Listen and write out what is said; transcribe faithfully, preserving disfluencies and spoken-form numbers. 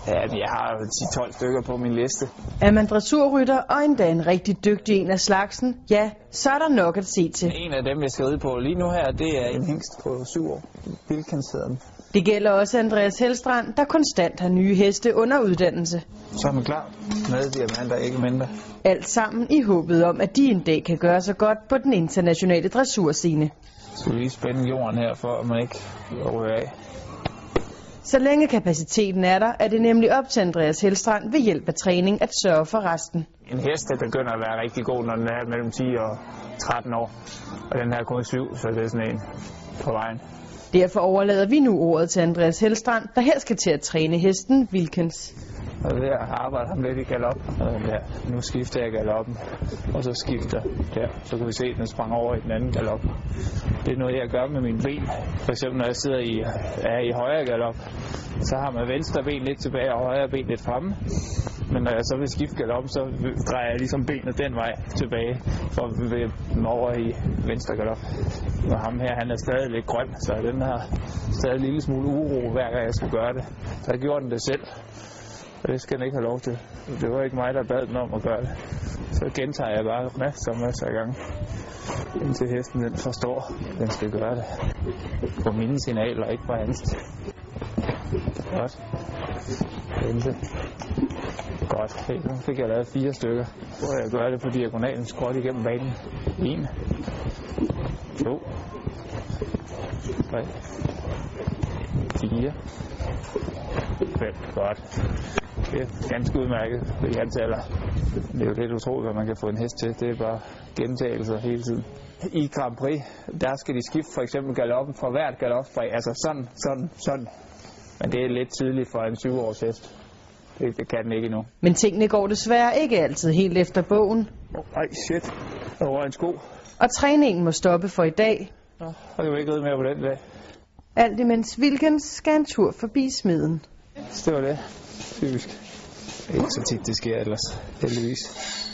Ja, jeg har ti tolv stykker på min liste. Er man dressurrytter og endda en rigtig dygtig en af slagsen, ja, så er der nok at se til. En af dem, jeg skal ride på lige nu her, det er en hingst på syv år. Wilkins hedder den. Det gælder også Andreas Hellstrand, der konstant har nye heste under uddannelse. Så er man klar med diamanter, ikke mindre. Alt sammen i håbet om, at de en dag kan gøre sig godt på den internationale dressurscene. Så vi lige spænde jorden her, for at man ikke ryger af. Så længe kapaciteten er der, er det nemlig op til Andreas Hellstrand ved hjælp af træning at sørge for resten. En hest, der begynder at være rigtig god, når den er mellem ti og tretten år. Og den her er kun syv, så det er sådan en på vejen. Derfor overlader vi nu ordet til Andreas Hellstrand, der her skal til at træne hesten Wilkins. Og ved at arbejde ham lidt i galop. Ja, nu skifter jeg galoppen, og så skifter der. Så kan vi se, at den sprang over i den anden galop. Det er noget, jeg gør med mine ben. For eksempel, når jeg sidder i, er i højre galop, så har man venstre ben lidt tilbage og højre ben lidt fremme. Men når jeg så vil skifte galoppen, så drejer jeg ligesom benet den vej tilbage, for at bevæge dem over i venstre galop. Og ham her, han er stadig lidt grøn, så den har stadig en lille smule uro, hver gang jeg skal gøre det. Så jeg gjorde den det selv. Og det skal den ikke have lov til. Det var ikke mig, der bad den om at gøre det. Så gentager jeg bare masser og masser af gange, indtil hesten den forstår, at den skal gøre det. På mine signaler, ikke på hans. Godt. Vente. Godt. Hey, nu fik jeg lavet fire stykker. Så jeg gør det på diagonalen, skråt igennem banen. En. To. Tre. Fire. Fem. Godt. Det er ganske udmærket ved de hans alder. Det er jo lidt utroligt, hvad man kan få en hest til. Det er bare gentagelser hele tiden. I Grand Prix, der skal de skifte for eksempel galoppen fra hvert galopspring. Altså sådan, sådan, sådan. Men det er lidt tidligt for en syv-års hest. Det, det kan den ikke endnu. Men tingene går desværre ikke altid helt efter bogen. Oh, ej, shit. Der var en sko. Og træningen må stoppe for i dag. Nå, har du ikke ridt mere på den dag. Alt imens Wilkins skal en tur forbi smeden. Det var det. Typisk. Ikke så tit det sker ellers, heldigvis.